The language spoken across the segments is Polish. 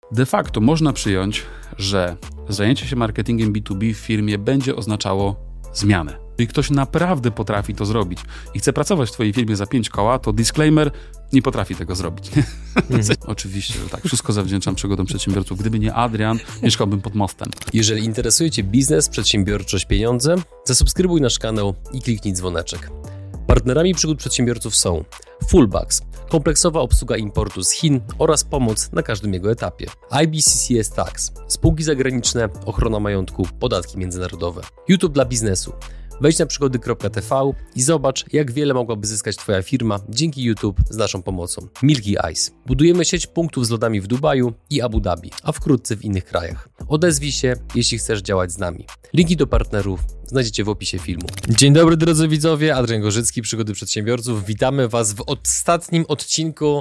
De facto można przyjąć, że zajęcie się marketingiem B2B w firmie będzie oznaczało zmianę. Jeżeli ktoś naprawdę potrafi to zrobić i chce pracować w twojej firmie za 5 koła, to disclaimer, nie potrafi tego zrobić. Oczywiście, że tak. Wszystko zawdzięczam przygodom przedsiębiorców. Gdyby nie Adrian, mieszkałbym pod mostem. Jeżeli interesuje cię biznes, przedsiębiorczość, pieniądze, zasubskrybuj nasz kanał i kliknij dzwoneczek. Partnerami przygód przedsiębiorców są Fullbacks, kompleksowa obsługa importu z Chin oraz pomoc na każdym jego etapie. IBCCS Tax, spółki zagraniczne, ochrona majątku, podatki międzynarodowe. YouTube dla biznesu. Wejdź na przygody.tv i zobacz, jak wiele mogłaby zyskać twoja firma dzięki YouTube z naszą pomocą. Milky Ice. Budujemy sieć punktów z lodami w Dubaju i Abu Dhabi, a wkrótce w innych krajach. Odezwij się, jeśli chcesz działać z nami. Linki do partnerów znajdziecie w opisie filmu. Dzień dobry drodzy widzowie, Adrian Gorzycki, Przygody Przedsiębiorców. Witamy Was w ostatnim odcinku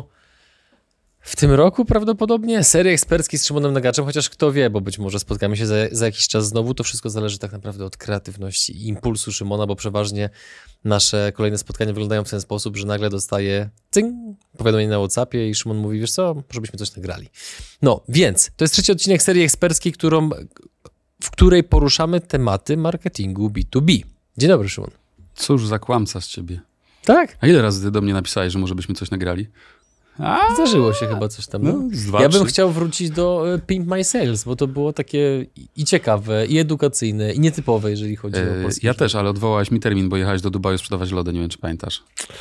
w tym roku prawdopodobnie serii eksperckiej z Szymonem Nagaczem, chociaż kto wie, bo być może spotkamy się za jakiś czas znowu. To wszystko zależy tak naprawdę od kreatywności i impulsu Szymona, bo przeważnie nasze kolejne spotkania wyglądają w ten sposób, że nagle dostaje powiadomienie na WhatsAppie i Szymon mówi, wiesz co, żebyśmy coś nagrali. No, więc to jest trzeci odcinek serii eksperckiej, w której poruszamy tematy marketingu B2B. Dzień dobry, Szymon. Cóż za kłamca z ciebie. Tak? A ile razy ty do mnie napisałeś, że może byśmy coś nagrali? Zdarzyło się chyba coś tam. No, ja bym chciał wrócić do Pimp My Sales, bo to było takie i ciekawe, i edukacyjne, i nietypowe, jeżeli chodzi o polskie. Ja też, ale odwołałeś mi termin, bo jechałeś do Dubaju sprzedawać lody, nie wiem, czy pamiętasz.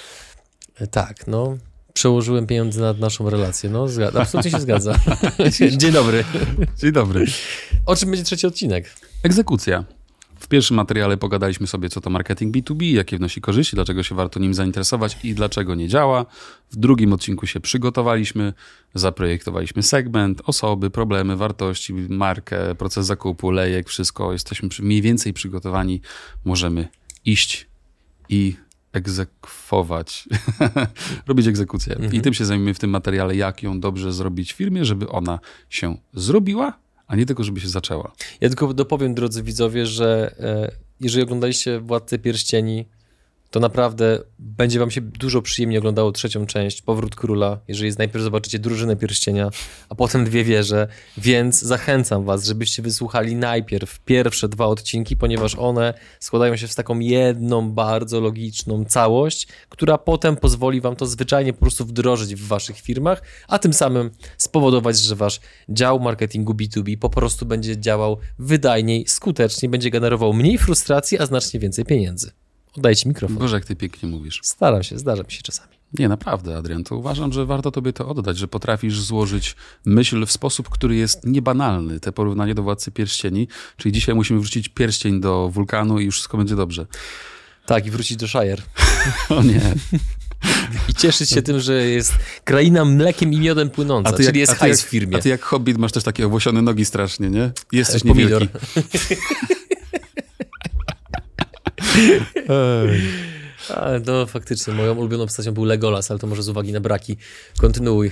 Tak, no. Przełożyłem pieniądze na naszą relację. No, absolutnie się zgadza. Dzień dobry. Dzień dobry. O czym będzie trzeci odcinek? Egzekucja. W pierwszym materiale pogadaliśmy sobie, co to marketing B2B, jakie wnosi korzyści, dlaczego się warto nim zainteresować i dlaczego nie działa. W drugim odcinku się przygotowaliśmy, zaprojektowaliśmy segment, osoby, problemy, wartości, markę, proces zakupu, lejek, wszystko. Jesteśmy mniej więcej przygotowani. Możemy iść i egzekwować, robić egzekucję. I tym się zajmiemy w tym materiale, jak ją dobrze zrobić w firmie, żeby ona się zrobiła, a nie tylko, żeby się zaczęła. Ja tylko dopowiem, drodzy widzowie, że jeżeli oglądaliście Władcę Pierścieni, to naprawdę będzie wam się dużo przyjemnie oglądało trzecią część, Powrót Króla, jeżeli najpierw zobaczycie Drużynę Pierścienia, a potem Dwie Wieże, więc zachęcam was, żebyście wysłuchali najpierw pierwsze 2 odcinki, ponieważ one składają się w taką jedną, bardzo logiczną całość, która potem pozwoli wam to zwyczajnie po prostu wdrożyć w waszych firmach, a tym samym spowodować, że wasz dział marketingu B2B po prostu będzie działał wydajniej, skuteczniej, będzie generował mniej frustracji, a znacznie więcej pieniędzy. Oddaj ci mikrofon. Boże, jak ty pięknie mówisz. Staram się, zdarza mi się czasami. Nie, naprawdę, Adrian, to uważam, że warto tobie to oddać, że potrafisz złożyć myśl w sposób, który jest niebanalny. Te porównanie do Władcy Pierścieni, czyli dzisiaj musimy wrzucić pierścień do wulkanu i już wszystko będzie dobrze. Tak, i wrócić do Shire. O nie. I cieszyć się tym, że jest kraina mlekiem i miodem płynąca, czyli jest hajs w firmie. A ty jak Hobbit masz też takie owłosione nogi strasznie, nie? Jesteś niewielki. No faktycznie, moją ulubioną postacią był Legolas, ale to może z uwagi na braki. Kontynuuj.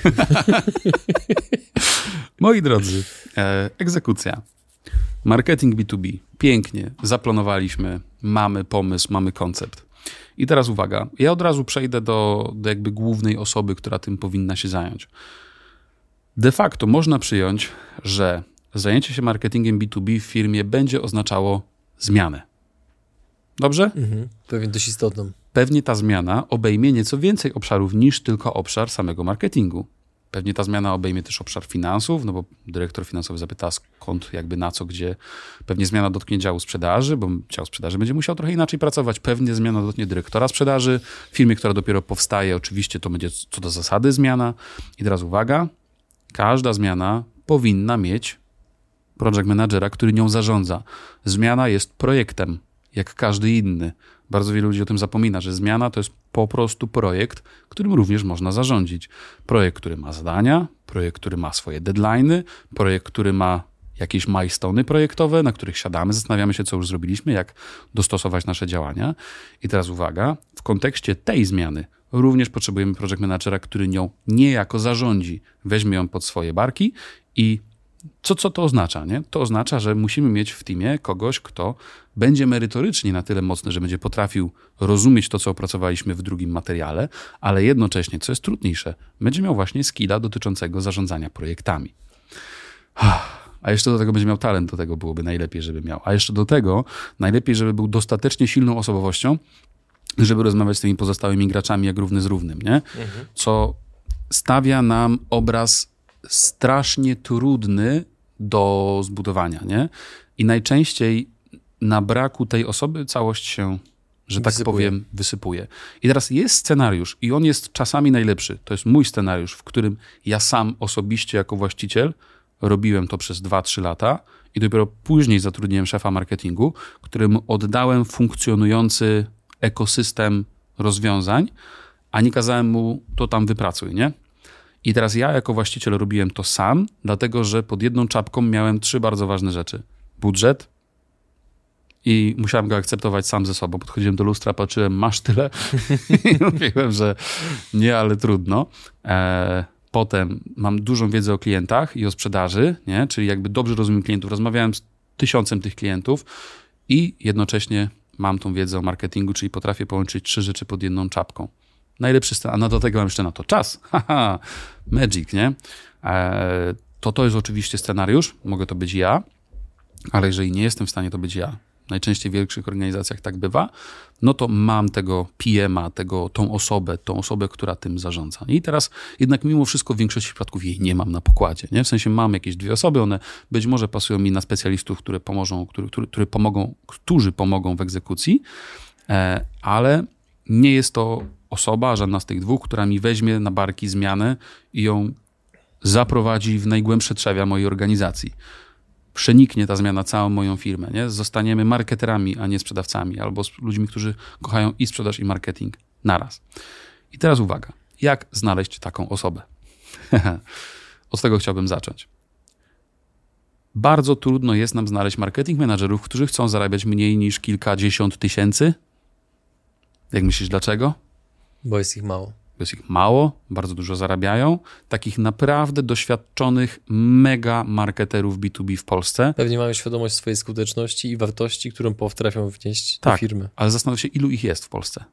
Moi drodzy, egzekucja. Marketing B2B. Pięknie, zaplanowaliśmy, mamy pomysł, mamy koncept. I teraz uwaga, ja od razu przejdę do jakby głównej osoby, która tym powinna się zająć. De facto można przyjąć, że zajęcie się marketingiem B2B w firmie będzie oznaczało zmianę. Dobrze? Pewnie dość istotną. Pewnie ta zmiana obejmie nieco więcej obszarów niż tylko obszar samego marketingu. Pewnie ta zmiana obejmie też obszar finansów, no bo dyrektor finansowy zapyta skąd, jakby na co, gdzie. Pewnie zmiana dotknie działu sprzedaży, bo dział sprzedaży będzie musiał trochę inaczej pracować. Pewnie zmiana dotknie dyrektora sprzedaży. W firmie, która dopiero powstaje, oczywiście to będzie co do zasady zmiana. I teraz uwaga, każda zmiana powinna mieć project managera, który nią zarządza. Zmiana jest projektem, jak każdy inny. Bardzo wielu ludzi o tym zapomina, że zmiana to jest po prostu projekt, którym również można zarządzić. Projekt, który ma zadania, projekt, który ma swoje deadline'y, projekt, który ma jakieś milestone'y projektowe, na których siadamy, zastanawiamy się, co już zrobiliśmy, jak dostosować nasze działania. I teraz uwaga, w kontekście tej zmiany również potrzebujemy project managera, który nią niejako zarządzi, weźmie ją pod swoje barki i co to oznacza, nie? To oznacza, że musimy mieć w teamie kogoś, kto będzie merytorycznie na tyle mocny, że będzie potrafił rozumieć to, co opracowaliśmy w drugim materiale, ale jednocześnie, co jest trudniejsze, będzie miał właśnie skilla dotyczącego zarządzania projektami. A jeszcze do tego będzie miał talent, do tego byłoby najlepiej, żeby miał. A jeszcze do tego najlepiej, żeby był dostatecznie silną osobowością, żeby rozmawiać z tymi pozostałymi graczami jak równy z równym, nie? Co stawia nam obraz strasznie trudny do zbudowania, nie? I najczęściej na braku tej osoby całość się, że tak powiem, wysypuje. I teraz jest scenariusz i on jest czasami najlepszy. To jest mój scenariusz, w którym ja sam osobiście jako właściciel robiłem to przez 2-3 lata i dopiero później zatrudniłem szefa marketingu, któremu oddałem funkcjonujący ekosystem rozwiązań, a nie kazałem mu to tam wypracuj, nie? I teraz ja jako właściciel robiłem to sam, dlatego że pod jedną czapką miałem 3 bardzo ważne rzeczy. Budżet i musiałem go akceptować sam ze sobą. Podchodziłem do lustra, patrzyłem, masz tyle? I mówiłem, że nie, ale trudno. Potem mam dużą wiedzę o klientach i o sprzedaży, nie? Czyli jakby dobrze rozumiem klientów. Rozmawiałem z 1000 tych klientów i jednocześnie mam tą wiedzę o marketingu, czyli potrafię połączyć 3 rzeczy pod jedną czapką. Najlepszy stan, a do tego mam jeszcze na to czas. Haha, magic, nie? To jest oczywiście scenariusz, mogę to być ja, ale jeżeli nie jestem w stanie to być ja, najczęściej w większych organizacjach tak bywa, no to mam tego PM-a, tą osobę, która tym zarządza. I teraz jednak mimo wszystko w większości przypadków jej nie mam na pokładzie. Nie? W sensie mam jakieś 2 osoby, one być może pasują mi na specjalistów, którzy pomogą w egzekucji, ale nie jest to osoba, żadna z tych 2, która mi weźmie na barki zmianę i ją zaprowadzi w najgłębsze trzewia mojej organizacji. Przeniknie ta zmiana całą moją firmę. Nie? Zostaniemy marketerami, a nie sprzedawcami, albo z ludźmi, którzy kochają i sprzedaż, i marketing naraz. I teraz uwaga, jak znaleźć taką osobę? Od tego chciałbym zacząć. Bardzo trudno jest nam znaleźć marketing managerów, którzy chcą zarabiać mniej niż kilkadziesiąt tysięcy. Jak myślisz, dlaczego? Bo jest ich mało. Jest ich mało, bardzo dużo zarabiają. Takich naprawdę doświadczonych mega marketerów B2B w Polsce. Pewnie mają świadomość swojej skuteczności i wartości, którą potrafią wnieść do firmy. Ale zastanów się, ilu ich jest w Polsce.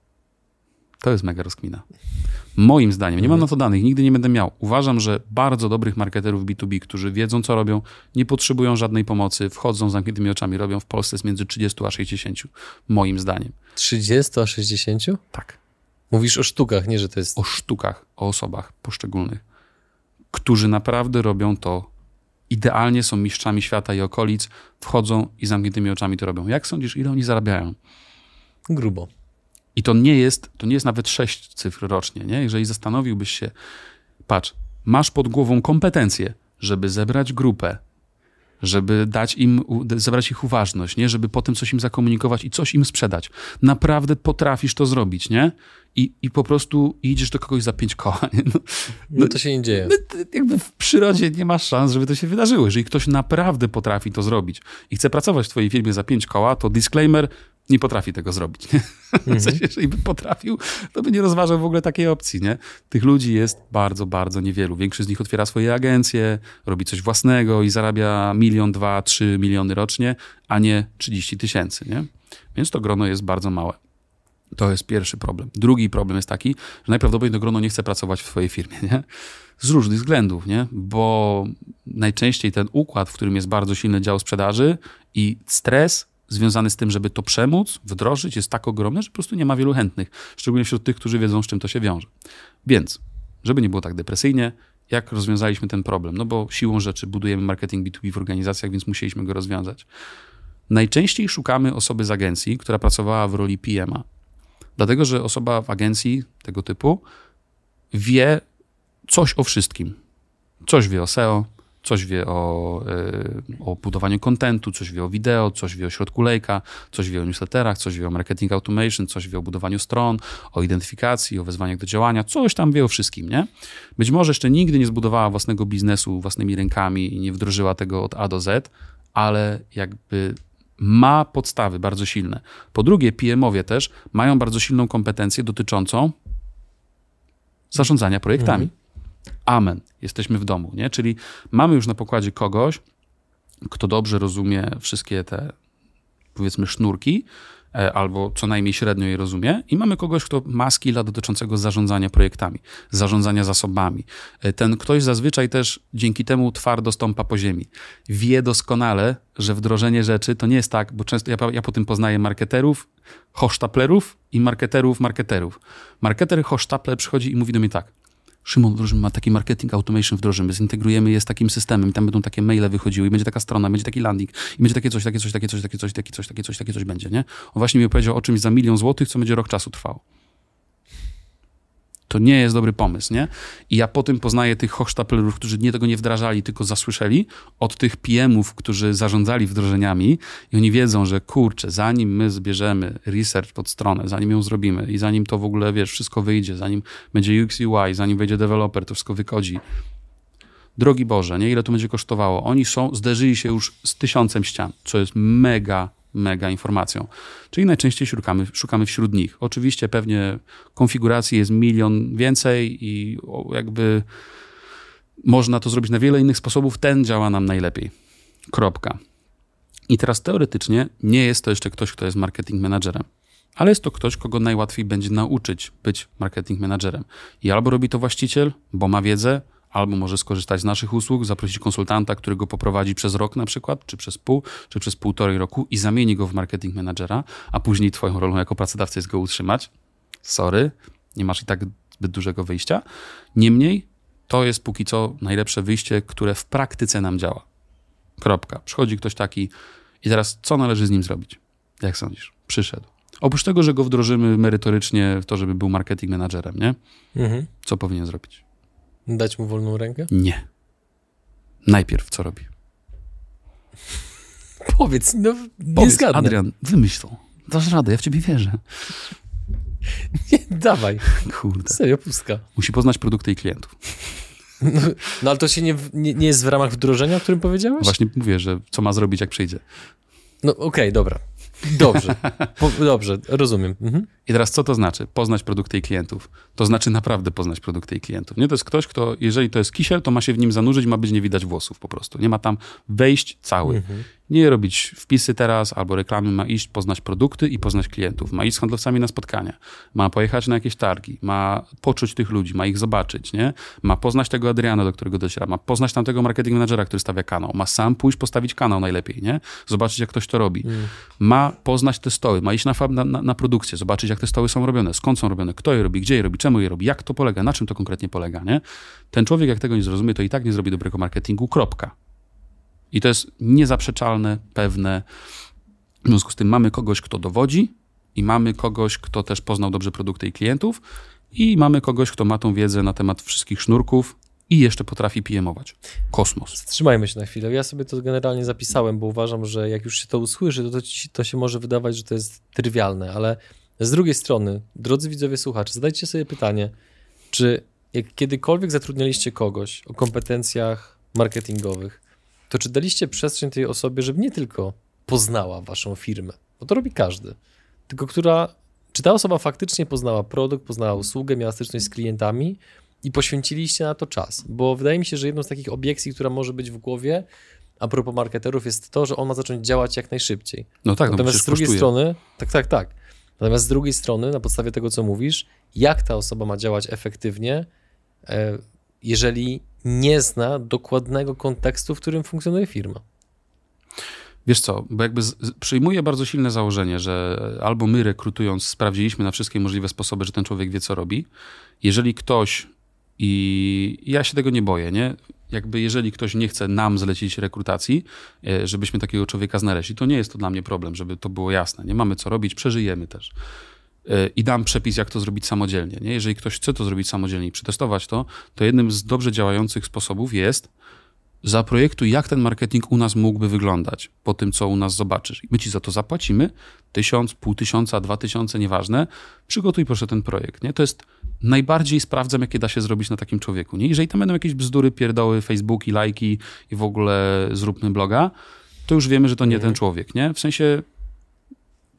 To jest mega rozkmina. Moim zdaniem, nie mam na to danych, nigdy nie będę miał. Uważam, że bardzo dobrych marketerów B2B, którzy wiedzą, co robią, nie potrzebują żadnej pomocy, wchodzą z zamkniętymi oczami, robią w Polsce jest między 30 a 60. Moim zdaniem. 30 a 60? Tak. Mówisz o sztukach, nie, że to jest... O sztukach, o osobach poszczególnych, którzy naprawdę robią to idealnie, są mistrzami świata i okolic, wchodzą i zamkniętymi oczami to robią. Jak sądzisz, ile oni zarabiają? Grubo. I to nie jest nawet 6 cyfr rocznie, nie? Jeżeli zastanowiłbyś się, patrz, masz pod głową kompetencje, żeby zebrać grupę, żeby zebrać ich uważność, nie? Żeby potem coś im zakomunikować i coś im sprzedać. Naprawdę potrafisz to zrobić, nie? I po prostu idziesz do kogoś za 5 koła. Nie? No to się nie dzieje. Jakby w przyrodzie nie masz szans, żeby to się wydarzyło. Jeżeli ktoś naprawdę potrafi to zrobić i chce pracować w twojej firmie za 5 koła, to disclaimer, nie potrafi tego zrobić. Nie? W sensie, jeżeli by potrafił, to by nie rozważał w ogóle takiej opcji. Nie? Tych ludzi jest bardzo, bardzo niewielu. Większość z nich otwiera swoje agencje, robi coś własnego i zarabia 1, 2, 3 miliony rocznie, a nie 30 tysięcy. Nie? Więc to grono jest bardzo małe. To jest pierwszy problem. Drugi problem jest taki, że najprawdopodobniej to grono nie chce pracować w twojej firmie. Nie? Z różnych względów, nie? Bo najczęściej ten układ, w którym jest bardzo silny dział sprzedaży i stres związany z tym, żeby to przemóc, wdrożyć, jest tak ogromny, że po prostu nie ma wielu chętnych. Szczególnie wśród tych, którzy wiedzą, z czym to się wiąże. Więc, żeby nie było tak depresyjnie, jak rozwiązaliśmy ten problem? No bo siłą rzeczy budujemy marketing B2B w organizacjach, więc musieliśmy go rozwiązać. Najczęściej szukamy osoby z agencji, która pracowała w roli PM-a. Dlatego, że osoba w agencji tego typu wie coś o wszystkim. Coś wie o SEO, coś wie o budowaniu kontentu, coś wie o wideo, coś wie o środku lejka, coś wie o newsletterach, coś wie o marketing automation, coś wie o budowaniu stron, o identyfikacji, o wezwaniach do działania, coś tam wie o wszystkim, nie? Być może jeszcze nigdy nie zbudowała własnego biznesu własnymi rękami i nie wdrożyła tego od A do Z, ale jakby ma podstawy bardzo silne. Po drugie, PM-owie też mają bardzo silną kompetencję dotyczącą zarządzania projektami. Amen. Jesteśmy w domu, nie? Czyli mamy już na pokładzie kogoś, kto dobrze rozumie wszystkie te, powiedzmy, sznurki albo co najmniej średnio je rozumie i mamy kogoś, kto ma skilla dotyczącego zarządzania projektami, zarządzania zasobami. Ten ktoś zazwyczaj też dzięki temu twardo stąpa po ziemi. Wie doskonale, że wdrożenie rzeczy to nie jest tak, bo często ja po tym poznaję marketerów, hochsztaplerów i marketerów. Marketer hochsztapler przychodzi i mówi do mnie tak: Szymon, wdrożymy, ma taki marketing automation, wdrożymy, zintegrujemy je z takim systemem i tam będą takie maile wychodziły i będzie taka strona, będzie taki landing i będzie takie coś będzie, nie? On właśnie mi opowiedział o czymś za 1 000 000 złotych, co będzie rok czasu trwało. To nie jest dobry pomysł, nie? I ja po tym poznaję tych hochsztaplerów, którzy tego nie wdrażali, tylko zasłyszeli, od tych PM-ów, którzy zarządzali wdrożeniami i oni wiedzą, że kurczę, zanim my zbierzemy research pod stronę, zanim ją zrobimy i zanim to w ogóle, wiesz, wszystko wyjdzie, zanim będzie UX UI, zanim wejdzie deweloper, to wszystko wykodzi. Drogi Boże, nie? Ile to będzie kosztowało? Oni zderzyli się już z 1000 ścian, co jest mega informacją. Czyli najczęściej szukamy wśród nich. Oczywiście pewnie konfiguracji jest 1 000 000 więcej i jakby można to zrobić na wiele innych sposobów. Ten działa nam najlepiej. Kropka. I teraz teoretycznie nie jest to jeszcze ktoś, kto jest marketing managerem, ale jest to ktoś, kogo najłatwiej będzie nauczyć być marketing managerem. I albo robi to właściciel, bo ma wiedzę, albo może skorzystać z naszych usług, zaprosić konsultanta, który go poprowadzi przez rok na przykład, czy przez pół, czy przez 1,5 roku i zamieni go w marketing managera, a później twoją rolą jako pracodawcy jest go utrzymać. Sorry, nie masz i tak zbyt dużego wyjścia. Niemniej to jest póki co najlepsze wyjście, które w praktyce nam działa. Kropka. Przychodzi ktoś taki i teraz co należy z nim zrobić? Jak sądzisz? Przyszedł. Oprócz tego, że go wdrożymy merytorycznie w to, żeby był marketing managerem, nie? Co powinien zrobić? Dać mu wolną rękę? Nie. Najpierw co robi? Powiedz, nie zgadnę. Adrian, wymyśl to. Dasz radę, ja w ciebie wierzę. Nie, dawaj. Kurde. Serio, pustka. Musi poznać produkty i klientów. No ale to się nie jest w ramach wdrożenia, o którym powiedziałeś? Właśnie mówię, że co ma zrobić, jak przyjdzie. No okej, dobra. Dobrze, rozumiem. I teraz co to znaczy? Poznać produkty i klientów. To znaczy naprawdę poznać produkty i klientów. Nie? To jest ktoś, kto, jeżeli to jest kisiel, to ma się w nim zanurzyć, ma być nie widać włosów po prostu. Nie ma tam wejść cały. Nie robić wpisy teraz albo reklamy, ma iść poznać produkty i poznać klientów. Ma iść z handlowcami na spotkania. Ma pojechać na jakieś targi. Ma poczuć tych ludzi, ma ich zobaczyć. Nie? Ma poznać tego Adriana, do którego dociera. Ma poznać tamtego marketing managera, który stawia kanał. Ma sam pójść postawić kanał najlepiej. Nie? Zobaczyć, jak ktoś to robi. Ma poznać te stoły. Ma iść na produkcję. Zobaczyć, jak te stoły są robione. Skąd są robione. Kto je robi. Gdzie je robi. Czemu je robi. Jak to polega. Na czym to konkretnie polega. Nie? Ten człowiek, jak tego nie zrozumie, to i tak nie zrobi dobrego marketingu. Kropka. I to jest niezaprzeczalne, pewne. W związku z tym mamy kogoś, kto dowodzi i mamy kogoś, kto też poznał dobrze produkty i klientów i mamy kogoś, kto ma tą wiedzę na temat wszystkich sznurków i jeszcze potrafi PM-ować. Kosmos. Zatrzymajmy się na chwilę. Ja sobie to generalnie zapisałem, bo uważam, że jak już się to usłyszy, to się może wydawać, że to jest trywialne, ale z drugiej strony, drodzy widzowie, słuchacze, zadajcie sobie pytanie, czy jak kiedykolwiek zatrudnialiście kogoś o kompetencjach marketingowych, to czy daliście przestrzeń tej osobie, żeby nie tylko poznała waszą firmę, bo to robi każdy, tylko czy ta osoba faktycznie poznała produkt, poznała usługę, miała styczność z klientami i poświęciliście na to czas? Bo wydaje mi się, że jedną z takich obiekcji, która może być w głowie a propos marketerów jest to, że on ma zacząć działać jak najszybciej. No tak, natomiast no z drugiej kosztuje. strony, tak. Natomiast z drugiej strony, na podstawie tego, co mówisz, jak ta osoba ma działać efektywnie, jeżeli nie zna dokładnego kontekstu, w którym funkcjonuje firma. Wiesz co, bo jakby przyjmuję bardzo silne założenie, że albo my rekrutując sprawdziliśmy na wszystkie możliwe sposoby, że ten człowiek wie, co robi. Jeżeli ktoś, i ja się tego nie boję, nie? Jakby jeżeli ktoś nie chce nam zlecić rekrutacji, żebyśmy takiego człowieka znaleźli, to nie jest to dla mnie problem, żeby to było jasne. Nie mamy co robić, przeżyjemy też. I dam przepis, jak to zrobić samodzielnie. Nie? Jeżeli ktoś chce to zrobić samodzielnie i przetestować to jednym z dobrze działających sposobów jest zaprojektuj, jak ten marketing u nas mógłby wyglądać po tym, co u nas zobaczysz. My ci za to zapłacimy, 1000, 500, 2000, nieważne. Przygotuj proszę ten projekt. Nie? To jest najbardziej sprawdzam, jakie da się zrobić na takim człowieku. Nie? Jeżeli tam będą jakieś bzdury, pierdoły, Facebooki, lajki i w ogóle zróbmy bloga, to już wiemy, że to nie ten człowiek. Nie? W sensie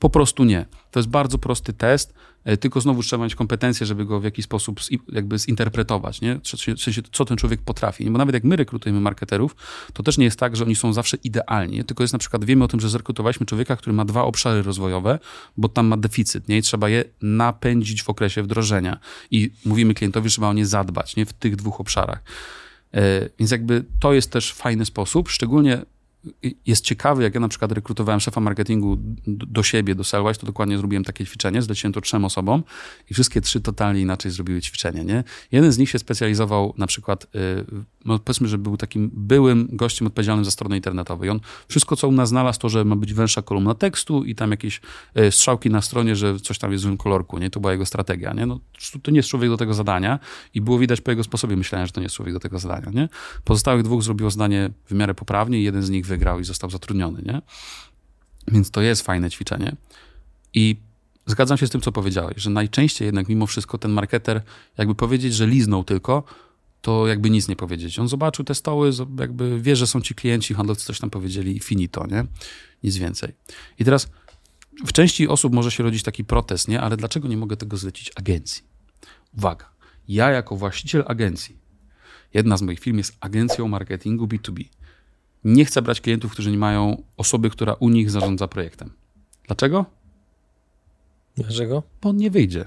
Po prostu nie. To jest bardzo prosty test, tylko znowu trzeba mieć kompetencje, żeby go w jakiś sposób jakby zinterpretować, nie? W sensie, co ten człowiek potrafi. Bo nawet jak my rekrutujemy marketerów, to też nie jest tak, że oni są zawsze idealni, tylko jest na przykład, wiemy o tym, że zrekrutowaliśmy człowieka, który ma 2 obszary rozwojowe, bo tam ma deficyt, nie? I trzeba je napędzić w okresie wdrożenia. I mówimy klientowi, że trzeba o nie zadbać, nie? W tych 2 obszarach. Więc jakby to jest też fajny sposób, szczególnie jest ciekawy, jak ja na przykład rekrutowałem szefa marketingu do siebie, do Sellwise, to dokładnie zrobiłem takie ćwiczenie, zleciłem to 3 osobom i wszystkie 3 totalnie inaczej zrobiły ćwiczenie, nie? Jeden z nich się specjalizował na przykład, no powiedzmy, że był takim byłym gościem odpowiedzialnym za stronę internetową i on wszystko, co u nas znalazł, to, że ma być węższa kolumna tekstu i tam jakieś strzałki na stronie, że coś tam jest w złym kolorku, nie? To była jego strategia, nie? No, to nie jest człowiek do tego zadania i było widać po jego sposobie myślenia, że to nie jest człowiek do tego zadania, nie? Pozostałych 2 zrobiło zadanie w miarę poprawnie i jeden z nich wygrał i został zatrudniony, nie? Więc to jest fajne ćwiczenie. I zgadzam się z tym, co powiedziałeś, że najczęściej jednak mimo wszystko ten marketer, jakby powiedzieć, że liznął tylko, to jakby nic nie powiedzieć. On zobaczył te stoły, jakby wie, że są ci klienci, handlowcy coś tam powiedzieli i finito, nie? Nic więcej. I teraz w części osób może się rodzić taki protest, nie? Ale dlaczego nie mogę tego zlecić agencji? Uwaga, ja jako właściciel agencji, jedna z moich firm jest agencją marketingu B2B. Nie chcę brać klientów, którzy nie mają osoby, która u nich zarządza projektem. Dlaczego? Dlaczego? Bo on nie wyjdzie.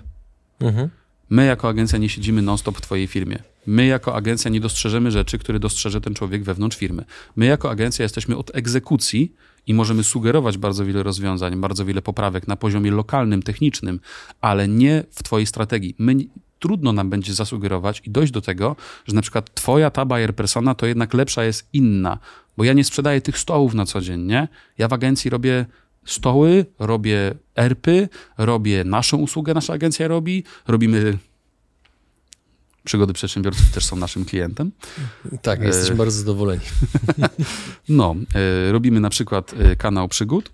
My jako agencja nie siedzimy non-stop w twojej firmie. My jako agencja nie dostrzeżemy rzeczy, które dostrzeże ten człowiek wewnątrz firmy. My jako agencja jesteśmy od egzekucji i możemy sugerować bardzo wiele rozwiązań, bardzo wiele poprawek na poziomie lokalnym, technicznym, ale nie w twojej strategii. Trudno nam będzie zasugerować i dojść do tego, że na przykład twoja ta buyer persona to jednak lepsza jest inna, bo ja nie sprzedaję tych stołów na co dzień, nie? Ja w agencji robię stoły, robię ERP-y, robię naszą usługę, nasza agencja robi, robimy przygody przedsiębiorców, też są naszym klientem. Tak, jesteśmy bardzo zadowoleni. No, robimy na przykład kanał przygód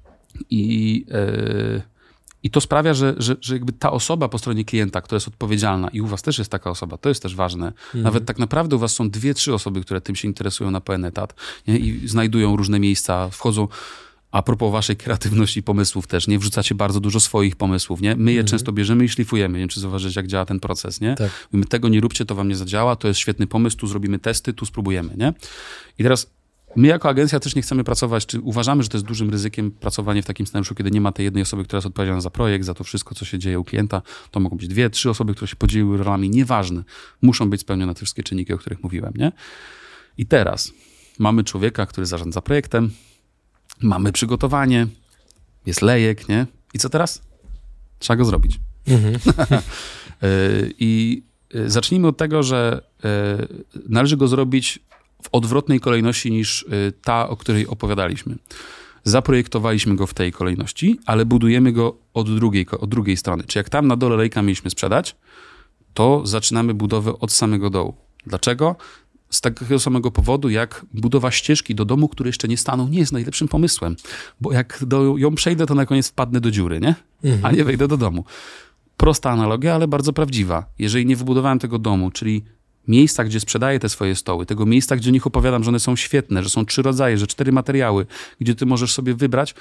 i to sprawia, że jakby ta osoba po stronie klienta, która jest odpowiedzialna i u was też jest taka osoba, to jest też ważne. Nawet tak naprawdę u was są 2-3 osoby, które tym się interesują na pełen etat, nie? I znajdują różne miejsca, wchodzą. A propos waszej kreatywności i pomysłów też, nie? Wrzucacie bardzo dużo swoich pomysłów, nie? My je często bierzemy i szlifujemy. Nie wiem, czy zauważyć, jak działa ten proces, nie? Tak. Mówimy, tego nie róbcie, to wam nie zadziała, to jest świetny pomysł, tu zrobimy testy, tu spróbujemy, nie? I teraz my jako agencja też nie chcemy pracować, czy uważamy, że to jest dużym ryzykiem pracowanie w takim scenariuszu, kiedy nie ma tej jednej osoby, która jest odpowiedzialna za projekt, za to wszystko, co się dzieje u klienta. To mogą być 2-3 osoby, które się podzieliły rolami, nieważne. Muszą być spełnione te wszystkie czynniki, o których mówiłem, nie? I teraz mamy człowieka, który zarządza projektem, mamy przygotowanie, jest lejek, nie? I co teraz? Trzeba go zrobić. I zacznijmy od tego, że należy go zrobić w odwrotnej kolejności niż ta, o której opowiadaliśmy. Zaprojektowaliśmy go w tej kolejności, ale budujemy go od drugiej strony. Czyli jak tam na dole lejka mieliśmy sprzedać, to zaczynamy budowę od samego dołu. Dlaczego? Z takiego samego powodu, jak budowa ścieżki do domu, który jeszcze nie stanął, nie jest najlepszym pomysłem. Bo jak ją przejdę, to na koniec wpadnę do dziury, nie? A nie wejdę do domu. Prosta analogia, ale bardzo prawdziwa. Jeżeli nie wybudowałem tego domu, czyli miejsca, gdzie sprzedaję te swoje stoły, tego miejsca, gdzie o nich opowiadam, że one są świetne, że są 3 rodzaje, że 4 materiały, gdzie ty możesz sobie wybrać,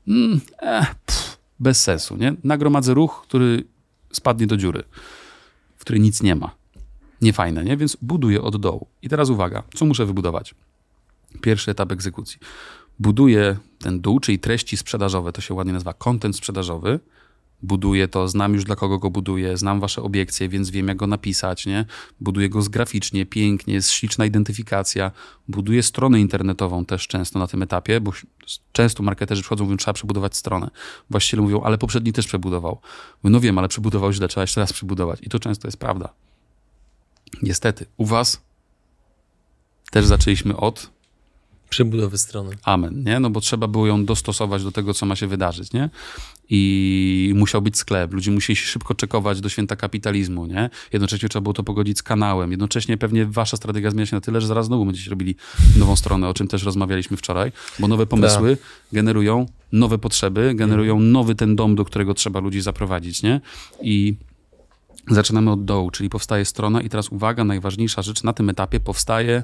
bez sensu, nie? Nagromadzę ruch, który spadnie do dziury, w której nic nie ma. Niefajne, nie? Więc buduję od dołu. I teraz uwaga, co muszę wybudować? Pierwszy etap egzekucji. Buduję ten dół, czyli treści sprzedażowe, to się ładnie nazywa content sprzedażowy. Buduję to, znam już dla kogo go buduję, znam wasze obiekcje, więc wiem jak go napisać, nie? Buduję go graficznie, pięknie, jest śliczna identyfikacja. Buduję stronę internetową też często na tym etapie, bo często marketerzy przychodzą i mówią, trzeba przebudować stronę. Właściciele mówią, ale poprzedni też przebudował. Mówię, no wiem, ale przebudował źle, trzeba jeszcze raz przebudować. I to często jest prawda. Niestety, u was też zaczęliśmy od przebudowy strony. Amen, nie? No bo trzeba było ją dostosować do tego, co ma się wydarzyć, nie? I musiał być sklep, ludzie musieli się szybko czekować do święta kapitalizmu, nie? Jednocześnie trzeba było to pogodzić z kanałem. Jednocześnie pewnie wasza strategia zmienia się na tyle, że zaraz znowu będziecie robili nową stronę, o czym też rozmawialiśmy wczoraj, bo nowe pomysły generują nowe potrzeby, generują nowy ten dom, do którego trzeba ludzi zaprowadzić, nie? I zaczynamy od dołu, czyli powstaje strona i teraz uwaga, najważniejsza rzecz na tym etapie powstaje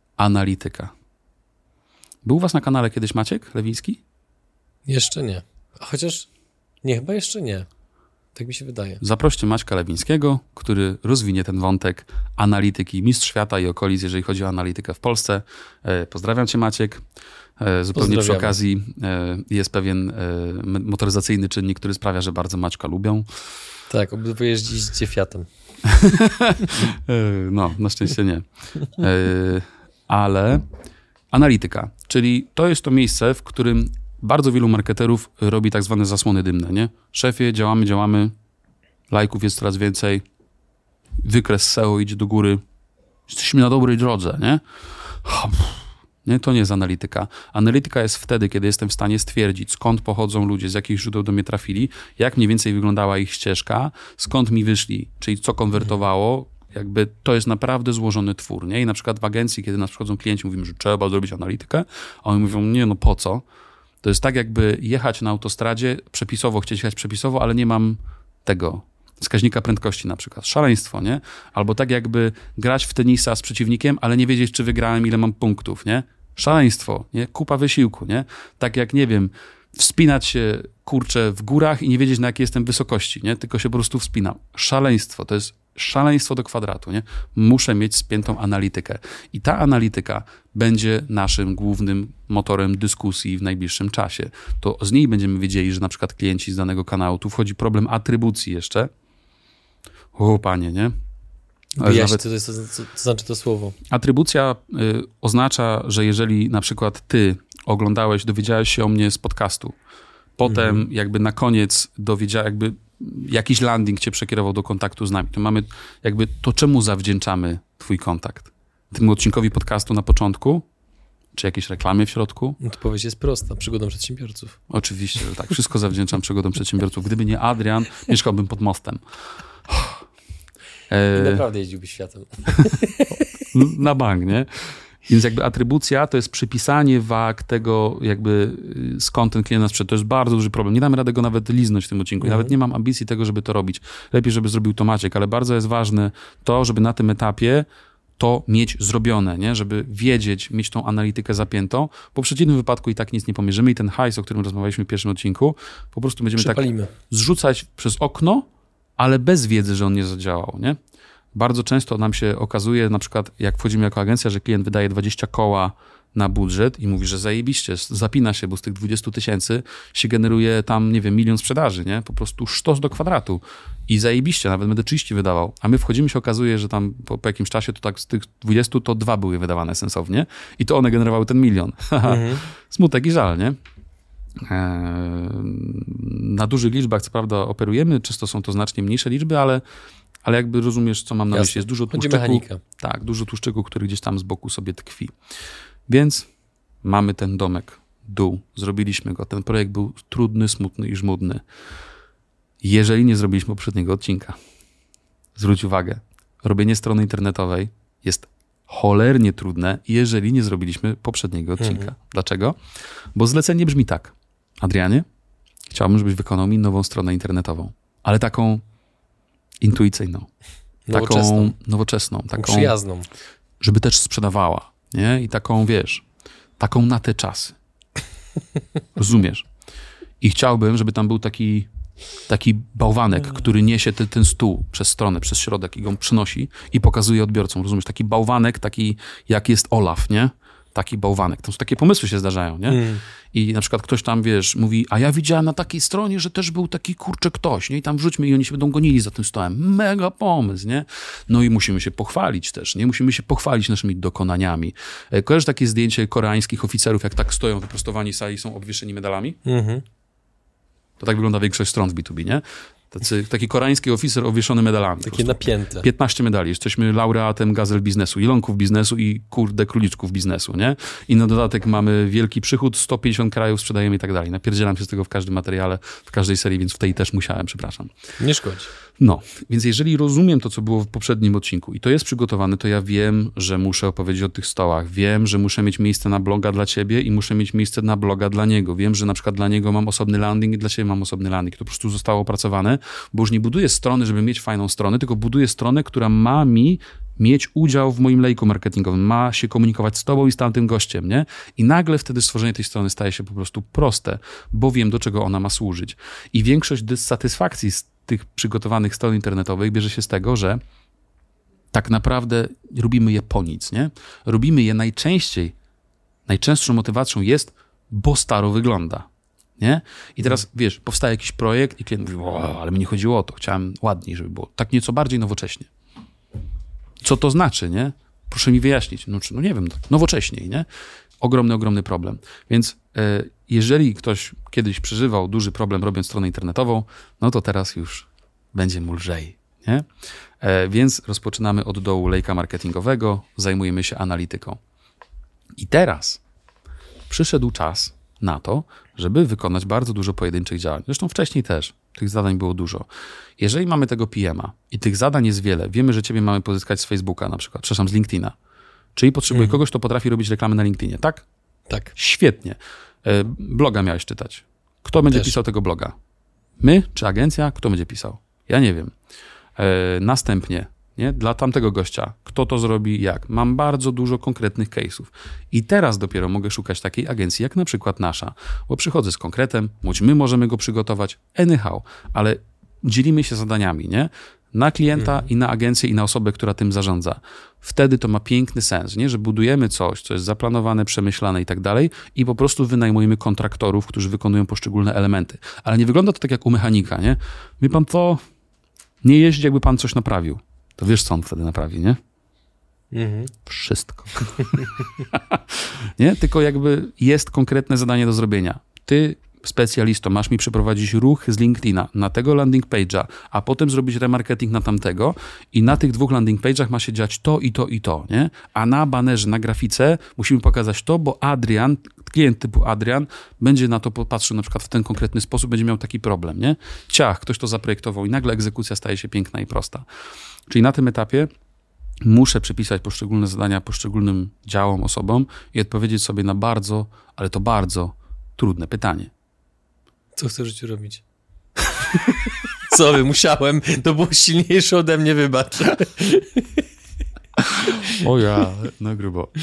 analityka. Był u was na kanale kiedyś Maciek Lewiński? Jeszcze nie. Chociaż nie, chyba jeszcze nie. Tak mi się wydaje. Zaproście Maćka Lewińskiego, który rozwinie ten wątek analityki, mistrz świata i okolic, jeżeli chodzi o analitykę w Polsce. Pozdrawiam cię, Maciek. Zupełnie przy okazji jest pewien motoryzacyjny czynnik, który sprawia, że bardzo Maćka lubią. Tak, obydwoje jeździcie Fiatem. No, na szczęście nie. Ale analityka, czyli to jest to miejsce, w którym bardzo wielu marketerów robi tak zwane zasłony dymne, nie? Szefie, działamy, lajków jest coraz więcej, wykres SEO idzie do góry, jesteśmy na dobrej drodze, nie? Nie, to nie jest analityka. Analityka jest wtedy, kiedy jestem w stanie stwierdzić, skąd pochodzą ludzie, z jakich źródeł do mnie trafili, jak mniej więcej wyglądała ich ścieżka, skąd mi wyszli, czyli co konwertowało, jakby to jest naprawdę złożony twór, nie? I na przykład w agencji, kiedy nas przychodzą klienci, mówimy, że trzeba zrobić analitykę, a oni mówią, nie, no po co? To jest tak, jakby jechać na autostradzie, chcieć jechać przepisowo, ale nie mam tego wskaźnika prędkości na przykład. Szaleństwo, nie? Albo tak jakby grać w tenisa z przeciwnikiem, ale nie wiedzieć, czy wygrałem, ile mam punktów, nie? Szaleństwo, nie? Kupa wysiłku, nie? Tak jak, nie wiem, wspinać się, kurczę, w górach i nie wiedzieć, na jakiej jestem wysokości, nie? Tylko się po prostu wspinam. Szaleństwo, to jest szaleństwo do kwadratu, nie? Muszę mieć spiętą analitykę. I ta analityka będzie naszym głównym motorem dyskusji w najbliższym czasie. To z niej będziemy wiedzieli, że na przykład klienci z danego kanału, tu wchodzi problem atrybucji jeszcze. O, panie, nie? Wyjaśnij, co znaczy to słowo. Atrybucja oznacza, że jeżeli na przykład ty oglądałeś, dowiedziałeś się o mnie z podcastu, potem jakby na koniec jakby jakiś landing cię przekierował do kontaktu z nami, to mamy jakby to, czemu zawdzięczamy twój kontakt? Temu odcinkowi podcastu na początku? Czy jakieś reklamy w środku? Odpowiedź jest prosta. Przygodą przedsiębiorców. Oczywiście, że tak. Wszystko zawdzięczam przygodom przedsiębiorców. Gdyby nie Adrian, mieszkałbym pod mostem. I naprawdę jeździłbyś światem. Na bank, nie? Więc jakby atrybucja to jest przypisanie wag tego, jakby skąd ten klient nas przyszedł. To jest bardzo duży problem. Nie damy rady go nawet liznąć w tym odcinku. Nawet nie mam ambicji tego, żeby to robić. Lepiej, żeby zrobił to Maciek, ale bardzo jest ważne to, żeby na tym etapie to mieć zrobione, nie? Żeby wiedzieć, mieć tą analitykę zapiętą, bo w przeciwnym wypadku i tak nic nie pomierzymy i ten hajs, o którym rozmawialiśmy w pierwszym odcinku, po prostu będziemy Przypalimy. tak zrzucać przez okno, ale bez wiedzy, że on nie zadziałał, nie? Bardzo często nam się okazuje, na przykład jak wchodzimy jako agencja, że klient wydaje 20 koła na budżet i mówi, że zajebiście, zapina się, bo z tych 20 000 się generuje tam, nie wiem, 1 000 000 sprzedaży, nie? Po prostu sztos do kwadratu. I zajebiście, nawet będę 30 wydawał. A my wchodzimy, się okazuje, że tam po jakimś czasie to tak z tych 20 to 2 były wydawane sensownie i to one generowały ten 1 000 000. Smutek i żal, nie? Na dużych liczbach, co prawda, operujemy, często są to znacznie mniejsze liczby, ale jakby rozumiesz, co mam na myśli. Jest dużo tłuszczyku, tak, dużo tłuszczyku, który gdzieś tam z boku sobie tkwi. Więc mamy ten domek, dół, zrobiliśmy go. Ten projekt był trudny, smutny i żmudny. Jeżeli nie zrobiliśmy poprzedniego odcinka, zwróć uwagę, robienie strony internetowej jest cholernie trudne, jeżeli nie zrobiliśmy poprzedniego odcinka. Dlaczego? Bo zlecenie brzmi tak. Adrianie, chciałbym, żebyś wykonał mi nową stronę internetową, ale taką intuicyjną, nowoczesną, taką przyjazną, żeby też sprzedawała, nie? I taką, wiesz, taką na te czasy. Rozumiesz? I chciałbym, żeby tam był taki bałwanek, który niesie ten stół przez stronę, przez środek i go przynosi i pokazuje odbiorcom. Rozumiesz? Taki bałwanek, taki jak jest Olaf, nie? Taki bałwanek. To są takie pomysły się zdarzają, nie? I na przykład ktoś tam, wiesz, mówi, a ja widziałem na takiej stronie, że też był taki, kurczę, ktoś, nie? I tam wrzućmy i oni się będą gonili za tym stołem. Mega pomysł, nie? No i musimy się pochwalić też, nie? Musimy się pochwalić naszymi dokonaniami. Kojarzysz takie zdjęcie koreańskich oficerów, jak tak stoją wyprostowani sali, są obwieszeni medalami? To tak wygląda większość stron w B2B, nie? Taki koreański oficer obwieszony medalami. Takie napięte. 15 medali. Jesteśmy laureatem gazel biznesu, jelonków biznesu i kurde króliczków biznesu, nie? I na dodatek mamy wielki przychód, 150 krajów sprzedajemy i tak dalej. Napierdzielam się z tego w każdym materiale, w każdej serii, więc w tej też musiałem, przepraszam. Nie szkodzi. No, więc jeżeli rozumiem to, co było w poprzednim odcinku i to jest przygotowane, to ja wiem, że muszę opowiedzieć o tych stołach. Wiem, że muszę mieć miejsce na bloga dla ciebie i muszę mieć miejsce na bloga dla niego. Wiem, że na przykład dla niego mam osobny landing i dla ciebie mam osobny landing. To po prostu zostało opracowane Bo już nie buduję strony, żeby mieć fajną stronę, tylko buduję stronę, która ma mi mieć udział w moim lejku marketingowym, ma się komunikować z tobą i z tamtym gościem, nie? I nagle wtedy stworzenie tej strony staje się po prostu proste, bo wiem, do czego ona ma służyć. I większość dysatysfakcji z tych przygotowanych stron internetowych bierze się z tego, że tak naprawdę robimy je po nic, nie? Robimy je najczęstszą motywacją jest, bo staro wygląda, nie? I teraz, wiesz, powstaje jakiś projekt i klient mówi, ale mi nie chodziło o to, chciałem ładniej, żeby było tak nieco bardziej nowocześnie. Co to znaczy, nie? Proszę mi wyjaśnić. No nie wiem, nowocześniej, nie? Ogromny problem. Więc jeżeli ktoś kiedyś przeżywał duży problem robiąc stronę internetową, no to teraz już będzie mu lżej, nie? Więc rozpoczynamy od dołu lejka marketingowego, zajmujemy się analityką. I teraz przyszedł czas na to, żeby wykonać bardzo dużo pojedynczych działań. Zresztą wcześniej też. Tych zadań było dużo. Jeżeli mamy tego PM-a i tych zadań jest wiele, wiemy, że ciebie mamy pozyskać z Facebooka na przykład, przepraszam, z LinkedIna. Czyli potrzebuję kogoś, kto potrafi robić reklamy na LinkedInie, tak? Tak. Świetnie. Bloga miałeś czytać. Kto będzie pisał tego bloga? My czy agencja? Kto będzie pisał? Ja nie wiem. Następnie, nie? Dla tamtego gościa. Kto to zrobi, jak? Mam bardzo dużo konkretnych case'ów. I teraz dopiero mogę szukać takiej agencji, jak na przykład nasza. Bo przychodzę z konkretem, my możemy go przygotować, anyhow, ale dzielimy się zadaniami, nie? Na klienta i na agencję i na osobę, która tym zarządza. Wtedy to ma piękny sens, nie? Że budujemy coś, co jest zaplanowane, przemyślane i tak dalej i po prostu wynajmujemy kontraktorów, którzy wykonują poszczególne elementy. Ale nie wygląda to tak jak u mechanika, nie? Wie pan to, nie jeździ, jakby pan coś naprawił. To wiesz, co on wtedy naprawi, nie? Wszystko. Nie? Tylko jakby jest konkretne zadanie do zrobienia. Ty, specjalisto, masz mi przeprowadzić ruch z LinkedIna na tego landing page'a, a potem zrobić remarketing na tamtego i na tych 2 landing page'ach ma się dziać to i to i to, nie? A na banerze, na grafice musimy pokazać to, bo Adrian, klient typu Adrian będzie na to popatrzył na przykład w ten konkretny sposób, będzie miał taki problem, nie? Ciach, ktoś to zaprojektował i nagle egzekucja staje się piękna i prosta. Czyli na tym etapie muszę przypisać poszczególne zadania poszczególnym działom, osobom i odpowiedzieć sobie na bardzo, ale to bardzo trudne pytanie. Co chcę w życiu robić? Sorry, musiałem. To było silniejsze ode mnie, wybacz. O ja, no grubo.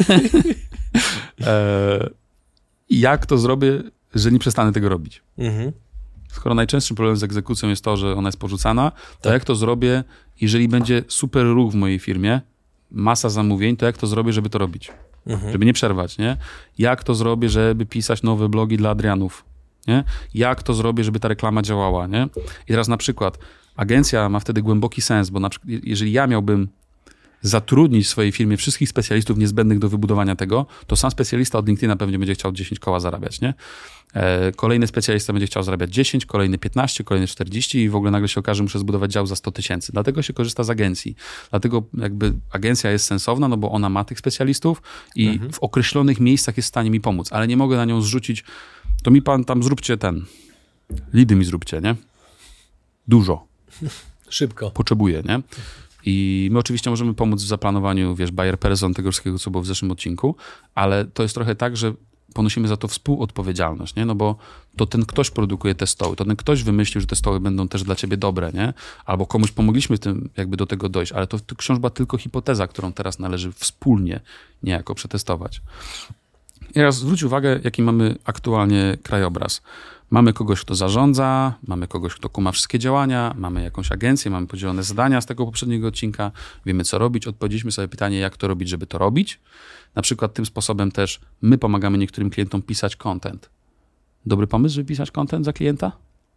Jak to zrobię, że nie przestanę tego robić? Skoro najczęstszym problemem z egzekucją jest to, że ona jest porzucana, to jak to zrobię, jeżeli będzie super ruch w mojej firmie, masa zamówień, to jak to zrobię, żeby to robić? Żeby nie przerwać, nie? Jak to zrobię, żeby pisać nowe blogi dla Adrianów? Nie? Jak to zrobię, żeby ta reklama działała, nie? I teraz na przykład agencja ma wtedy głęboki sens, bo na przykład, jeżeli ja miałbym zatrudnić w swojej firmie wszystkich specjalistów niezbędnych do wybudowania tego, to sam specjalista od LinkedIna pewnie będzie chciał 10 koła zarabiać, nie? Kolejny specjalista będzie chciał zarabiać 10, kolejny 15, kolejny 40 i w ogóle nagle się okaże, że muszę zbudować dział za 100 000. Dlatego się korzysta z agencji. Dlatego jakby agencja jest sensowna, no bo ona ma tych specjalistów i w określonych miejscach jest w stanie mi pomóc, ale nie mogę na nią zrzucić, to mi pan tam zróbcie lidy mi zróbcie, nie? Dużo. Szybko. Potrzebuję, nie? I my oczywiście możemy pomóc w zaplanowaniu, wiesz, buyer person, tego wszystkiego, co było w zeszłym odcinku, ale to jest trochę tak, że ponosimy za to współodpowiedzialność, nie? No bo to ten ktoś produkuje te stoły, to ten ktoś wymyślił, że te stoły będą też dla ciebie dobre, nie? Albo komuś pomogliśmy tym jakby do tego dojść, ale to wciąż była tylko hipoteza, którą teraz należy wspólnie niejako przetestować. I teraz zwróć uwagę, jaki mamy aktualnie krajobraz. Mamy kogoś, kto zarządza, mamy kogoś, kto kuma wszystkie działania, mamy jakąś agencję, mamy podzielone zadania z tego poprzedniego odcinka, wiemy co robić, odpowiedzieliśmy sobie pytanie, jak to robić, żeby to robić. Na przykład tym sposobem też my pomagamy niektórym klientom pisać content. Dobry pomysł, żeby pisać content za klienta?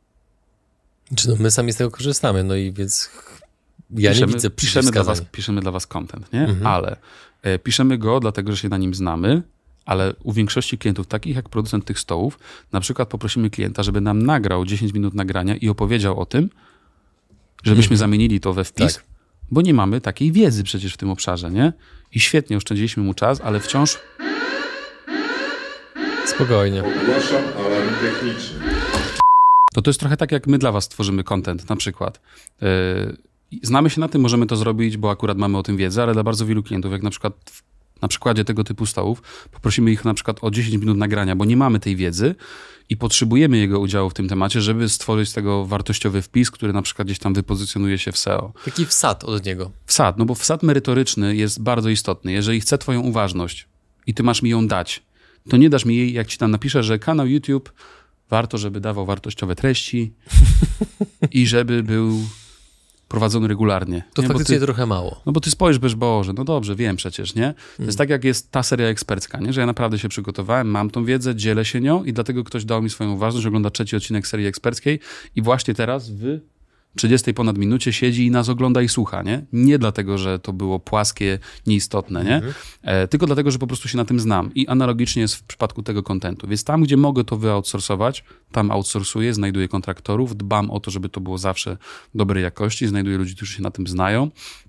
Czy no my sami z tego korzystamy, no i więc ja nie widzę piszemy dla was content, nie? Ale piszemy go dlatego, że się na nim znamy, ale u większości klientów, takich jak producent tych stołów, na przykład poprosimy klienta, żeby nam nagrał 10 minut nagrania i opowiedział o tym, żebyśmy zamienili to we wpis, tak. Bo nie mamy takiej wiedzy przecież w tym obszarze, nie? I świetnie oszczędziliśmy mu czas, ale wciąż... Spokojnie. Ogłaszam alarm techniczny. To jest trochę tak, jak my dla was tworzymy content, na przykład. Znamy się na tym, możemy to zrobić, bo akurat mamy o tym wiedzę, ale dla bardzo wielu klientów, jak na przykład na przykładzie tego typu stołów, poprosimy ich na przykład o 10 minut nagrania, bo nie mamy tej wiedzy i potrzebujemy jego udziału w tym temacie, żeby stworzyć z tego wartościowy wpis, który na przykład gdzieś tam wypozycjonuje się w SEO. Taki wsad od niego. Wsad, no bo wsad merytoryczny jest bardzo istotny. Jeżeli chcę twoją uważność i ty masz mi ją dać, to nie dasz mi jej, jak ci tam napiszę, że kanał YouTube warto, żeby dawał wartościowe treści i żeby był prowadzony regularnie. To nie? faktycznie trochę mało. No bo ty spojrzysz, Boże, no dobrze, wiem przecież, nie? To jest tak, jak jest ta seria ekspercka, nie? Że ja naprawdę się przygotowałem, mam tą wiedzę, dzielę się nią i dlatego ktoś dał mi swoją uważność, ogląda 3. odcinek serii eksperckiej i właśnie teraz w 30 ponad minucie siedzi i nas ogląda i słucha, nie? Nie dlatego, że to było płaskie, nieistotne, nie? Tylko dlatego, że po prostu się na tym znam. I analogicznie jest w przypadku tego kontentu. Więc tam, gdzie mogę to wyoutsourcować, tam outsourcuję, znajduję kontraktorów, dbam o to, żeby to było zawsze dobrej jakości, znajduję ludzi, którzy się na tym znają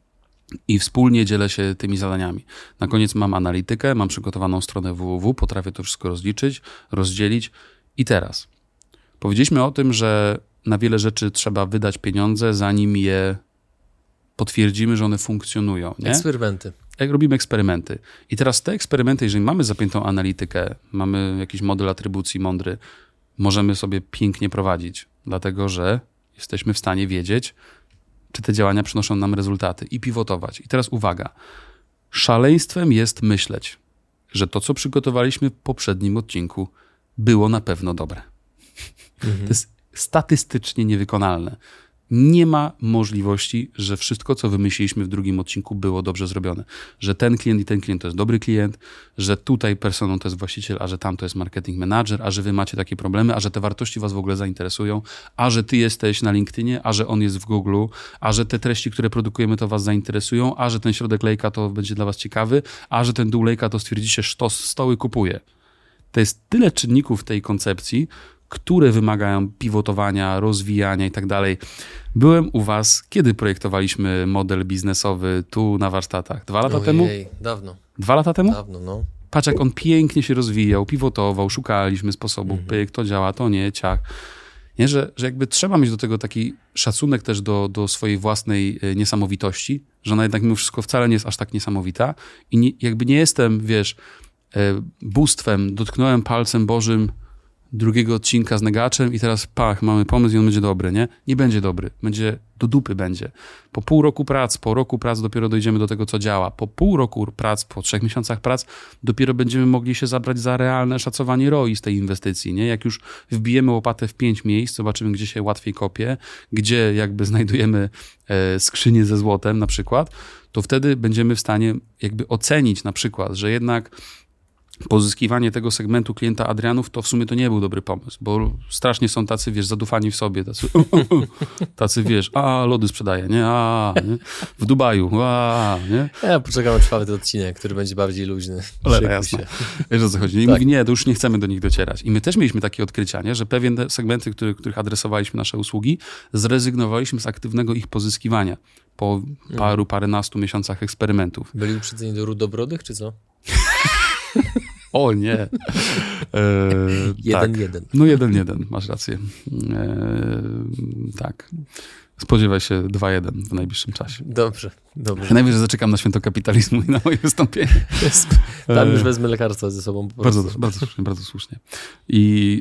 i wspólnie dzielę się tymi zadaniami. Na koniec mam analitykę, mam przygotowaną stronę www, potrafię to wszystko rozliczyć, rozdzielić i teraz. Powiedzieliśmy o tym, że na wiele rzeczy trzeba wydać pieniądze, zanim je potwierdzimy, że one funkcjonują. Nie? Eksperymenty. Jak robimy eksperymenty. I teraz te eksperymenty, jeżeli mamy zapiętą analitykę, mamy jakiś model atrybucji mądry, możemy sobie pięknie prowadzić, dlatego że jesteśmy w stanie wiedzieć, czy te działania przynoszą nam rezultaty i pivotować. I teraz uwaga. Szaleństwem jest myśleć, że to, co przygotowaliśmy w poprzednim odcinku, było na pewno dobre. To jest statystycznie niewykonalne. Nie ma możliwości, że wszystko, co wymyśliliśmy w drugim odcinku, było dobrze zrobione. Że ten klient i ten klient to jest dobry klient, że tutaj personą to jest właściciel, a że tam to jest marketing manager, a że wy macie takie problemy, a że te wartości was w ogóle zainteresują, a że ty jesteś na LinkedInie, a że on jest w Google, a że te treści, które produkujemy, to was zainteresują, a że ten środek lejka to będzie dla was ciekawy, a że ten dół lejka to stwierdzicie, że stoły kupuje. To jest tyle czynników tej koncepcji, które wymagają pivotowania, rozwijania i tak dalej. Byłem u was, kiedy projektowaliśmy model biznesowy tu na warsztatach? 2 lata temu? Dawno. 2 lata temu? Dawno, no. Patrz, jak on pięknie się rozwijał, pivotował, szukaliśmy sposobów, pyk, to działa, to nie, ciach. Nie, że jakby trzeba mieć do tego taki szacunek też do swojej własnej niesamowitości, że ona jednak mimo wszystko wcale nie jest aż tak niesamowita i jakby nie jestem, wiesz, bóstwem, dotknąłem palcem Bożym drugiego odcinka z Negaczem i teraz mamy pomysł i on będzie dobry, nie? Nie będzie dobry. Będzie do dupy będzie. Po pół roku prac, po roku prac dopiero dojdziemy do tego, co działa. Po pół roku prac, po 3 miesiącach prac dopiero będziemy mogli się zabrać za realne szacowanie ROI z tej inwestycji, nie? Jak już wbijemy łopatę w 5 miejsc, zobaczymy, gdzie się łatwiej kopie, gdzie jakby znajdujemy skrzynię ze złotem na przykład, to wtedy będziemy w stanie jakby ocenić na przykład, że jednak pozyskiwanie tego segmentu klienta Adrianów, to w sumie to nie był dobry pomysł, bo strasznie są tacy, wiesz, zadufani w sobie, tacy wiesz, lody sprzedaje, nie? Nie? W Dubaju, nie? Ja poczekam na 4. odcinek, który będzie bardziej luźny. Ale jasne. Wiesz, o co chodzi. I mówi, nie, to już nie chcemy do nich docierać. I my też mieliśmy takie odkrycia, nie? Że pewien segmenty, których adresowaliśmy nasze usługi, zrezygnowaliśmy z aktywnego ich pozyskiwania po paręnastu miesiącach eksperymentów. Byli uprzedzeni do rudobrodych, czy co? O nie. 1-1. Tak. No 1-1, masz rację. Tak. Spodziewaj się 2-1 w najbliższym czasie. Dobrze. Ja najwyżej zaczekam na święto kapitalizmu i na moje wystąpienie. Tam już wezmę lekarstwa ze sobą. Bardzo słusznie. I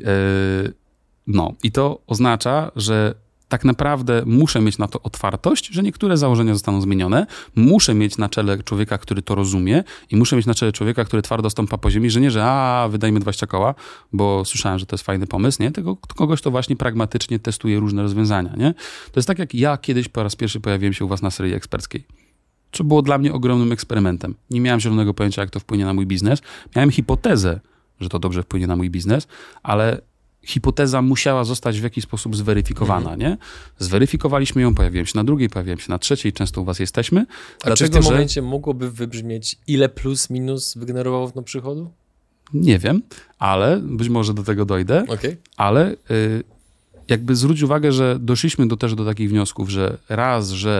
to oznacza, że tak naprawdę muszę mieć na to otwartość, że niektóre założenia zostaną zmienione. Muszę mieć na czele człowieka, który to rozumie i muszę mieć na czele człowieka, który twardo stąpa po ziemi, że nie, że wydajmy 20 koła, bo słyszałem, że to jest fajny pomysł, nie? Tylko kogoś, to właśnie pragmatycznie testuje różne rozwiązania, nie? To jest tak, jak ja kiedyś po raz pierwszy pojawiłem się u was na serii eksperckiej. Co było dla mnie ogromnym eksperymentem. Nie miałem zielonego pojęcia, jak to wpłynie na mój biznes. Miałem hipotezę, że to dobrze wpłynie na mój biznes, ale hipoteza musiała zostać w jakiś sposób zweryfikowana, nie? Zweryfikowaliśmy ją, pojawiłem się na drugiej, pojawiłem się na trzeciej, często u was jesteśmy. A czy w tym momencie mogłoby wybrzmieć, ile plus minus wygenerowało na przychodu? Nie wiem, ale być może do tego dojdę, ale jakby zwróć uwagę, że doszliśmy też do takich wniosków, że raz, że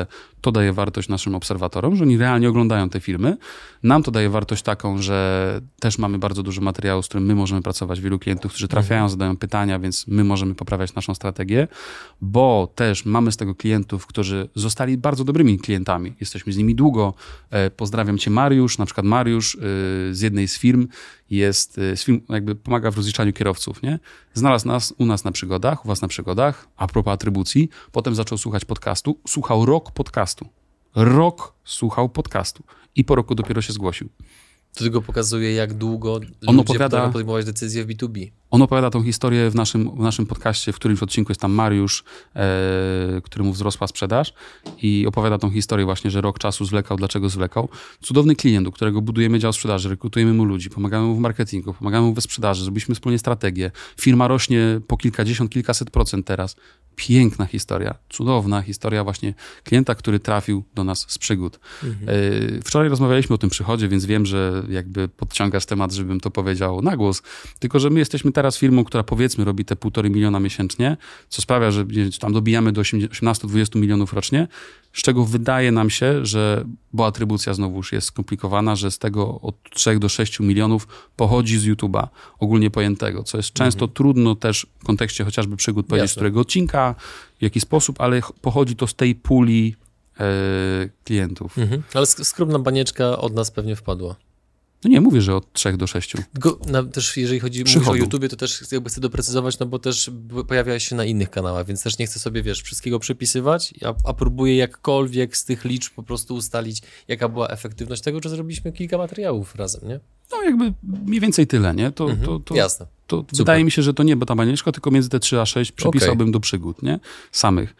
to daje wartość naszym obserwatorom, że oni realnie oglądają te filmy. Nam to daje wartość taką, że też mamy bardzo dużo materiału, z którym my możemy pracować. Wielu klientów, którzy trafiają, zadają pytania, więc my możemy poprawiać naszą strategię, bo też mamy z tego klientów, którzy zostali bardzo dobrymi klientami. Jesteśmy z nimi długo. Pozdrawiam cię, Mariusz. Na przykład Mariusz z jednej z firm jakby pomaga w rozliczaniu kierowców, nie? Znalazł nas u nas na przygodach, u was na przygodach, a propos atrybucji. Potem zaczął słuchać podcastu. Słuchał rok podcastu. Rok słuchał podcastu. I po roku dopiero się zgłosił. To tylko pokazuje, jak długo ludzie potrafią podejmować decyzje w B2B. On opowiada tą historię w naszym podcaście, w którymś odcinku jest tam Mariusz, któremu wzrosła sprzedaż i opowiada tą historię właśnie, że rok czasu zwlekał, dlaczego zwlekał. Cudowny klient, u którego budujemy dział sprzedaży, rekrutujemy mu ludzi, pomagamy mu w marketingu, pomagamy mu we sprzedaży, zrobiliśmy wspólnie strategię. Firma rośnie po kilkadziesiąt, kilkaset procent teraz. Piękna historia, cudowna historia właśnie klienta, który trafił do nas z przygód. Wczoraj rozmawialiśmy o tym przychodzie, więc wiem, że jakby podciągasz temat, żebym to powiedział na głos. Tylko że my jesteśmy teraz firmą, która powiedzmy robi te 1,5 miliona miesięcznie, co sprawia, że tam dobijamy do 18-20 milionów rocznie, z czego wydaje nam się, że, bo atrybucja znowu już jest skomplikowana, że z tego od 3 do 6 milionów pochodzi z YouTube'a, ogólnie pojętego, co jest często trudno też w kontekście chociażby przygód powiedzieć, z którego odcinka, w jaki sposób, ale pochodzi to z tej puli klientów. Ale skromna banieczka od nas pewnie wpadła. No nie, mówię, że od 3 do 6. Tylko też jeżeli mówisz o YouTubie, to też jakby chcę doprecyzować, no bo też pojawia się na innych kanałach, więc też nie chcę sobie, wszystkiego przypisywać, a próbuję jakkolwiek z tych liczb po prostu ustalić, jaka była efektywność tego, że zrobiliśmy kilka materiałów razem, nie? No jakby mniej więcej tyle, nie? Jasne. To wydaje mi się, że to nie ta banieczka, tylko między te 3 a 6 przypisałbym do przygód, nie? Samych.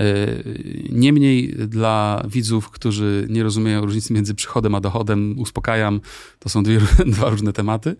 Niemniej dla widzów, którzy nie rozumieją różnicy między przychodem a dochodem, uspokajam, to są dwa różne tematy.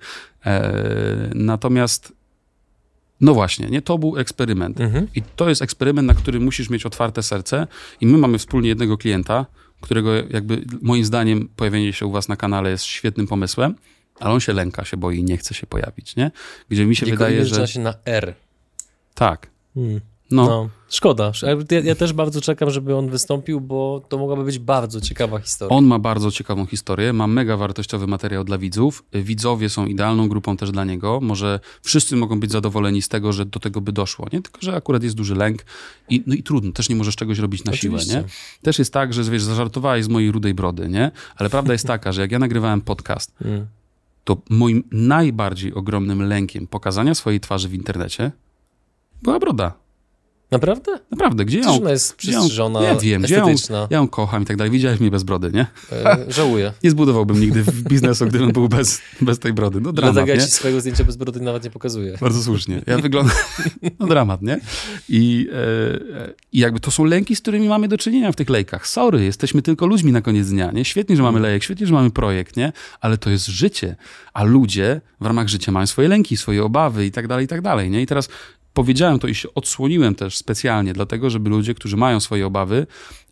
Natomiast no właśnie, nie, to był eksperyment. I to jest eksperyment, na który musisz mieć otwarte serce i my mamy wspólnie jednego klienta, którego jakby moim zdaniem pojawienie się u was na kanale jest świetnym pomysłem, ale on się lęka, się boi, nie chce się pojawić, nie? Gdzie mi się wydaje, że... się na R. Tak. No, szkoda. Ja też bardzo czekam, żeby on wystąpił, bo to mogłaby być bardzo ciekawa historia. On ma bardzo ciekawą historię, ma mega wartościowy materiał dla widzów. Widzowie są idealną grupą też dla niego. Może wszyscy mogą być zadowoleni z tego, że do tego by doszło, nie? Tylko że akurat jest duży lęk i trudno. Też nie możesz czegoś robić na siłę, nie? Też jest tak, że zażartowałeś z mojej rudej brody, nie? Ale prawda jest taka, że jak ja nagrywałem podcast, to moim najbardziej ogromnym lękiem pokazania swojej twarzy w internecie była broda. Naprawdę? Naprawdę. Gdzie ona jest przystrzyżona, ja wiem, estetyczna. Ja ją kocham i tak dalej. Widziałeś mnie bez brody, nie? Żałuję. Nie zbudowałbym nigdy biznesu, gdybym był bez tej brody. No dramat, dlatego nie? ja ci swojego zdjęcia bez brody nawet nie pokazuję. Bardzo słusznie. Ja wyglądam... No dramat, nie? I jakby to są lęki, z którymi mamy do czynienia w tych lejkach. Sorry, jesteśmy tylko ludźmi na koniec dnia, nie? Świetnie, że mamy lejek, świetnie, że mamy projekt, nie? Ale to jest życie. A ludzie w ramach życia mają swoje lęki, swoje obawy i tak dalej, nie? I teraz powiedziałem to i się odsłoniłem też specjalnie, dlatego, żeby ludzie, którzy mają swoje obawy,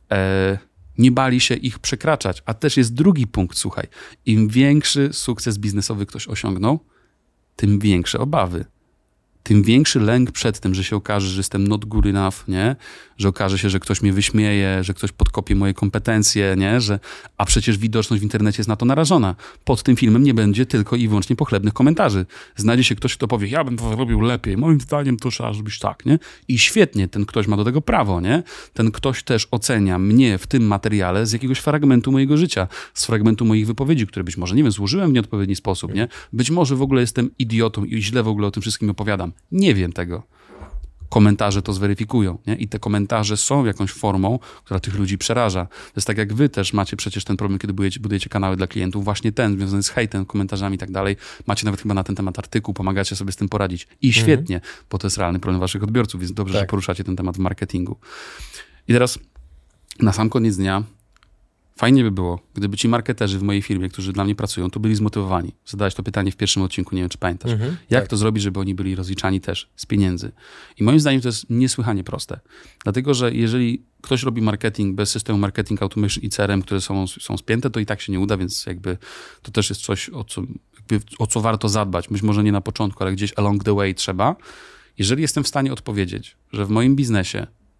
nie bali się ich przekraczać. A też jest drugi punkt, słuchaj. Im większy sukces biznesowy ktoś osiągnął, tym większe obawy. Tym większy lęk przed tym, że się okaże, że jestem not good enough, nie? Że okaże się, że ktoś mnie wyśmieje, że ktoś podkopie moje kompetencje, nie? A przecież widoczność w internecie jest na to narażona. Pod tym filmem nie będzie tylko i wyłącznie pochlebnych komentarzy. Znajdzie się ktoś, kto powie, ja bym to robił lepiej, moim zdaniem to trzeba zrobić tak, nie? I świetnie, ten ktoś ma do tego prawo, nie? Ten ktoś też ocenia mnie w tym materiale z jakiegoś fragmentu mojego życia, z fragmentu moich wypowiedzi, które być może, nie wiem, złożyłem w nieodpowiedni sposób, nie? Być może w ogóle jestem idiotą i źle w ogóle o tym wszystkim opowiadam. Nie wiem tego. Komentarze to zweryfikują, nie? I te komentarze są jakąś formą, która tych ludzi przeraża. To jest tak jak wy też macie przecież ten problem, kiedy budujecie kanały dla klientów, właśnie ten, związany z hejtem, komentarzami i tak dalej. Macie nawet chyba na ten temat artykuł, pomagacie sobie z tym poradzić. I świetnie, bo to jest realny problem waszych odbiorców, więc dobrze, że poruszacie ten temat w marketingu. I teraz na sam koniec dnia fajnie by było, gdyby ci marketerzy w mojej firmie, którzy dla mnie pracują, to byli zmotywowani. Zadałeś to pytanie w pierwszym odcinku, nie wiem, czy pamiętasz. Jak to zrobić, żeby oni byli rozliczani też z pieniędzy? I moim zdaniem to jest niesłychanie proste. Dlatego, że jeżeli ktoś robi marketing bez systemu marketing automation i CRM, które są spięte, to i tak się nie uda, więc jakby to też jest coś, o co warto zadbać. Być może nie na początku, ale gdzieś along the way trzeba. Jeżeli jestem w stanie odpowiedzieć, że w moim biznesie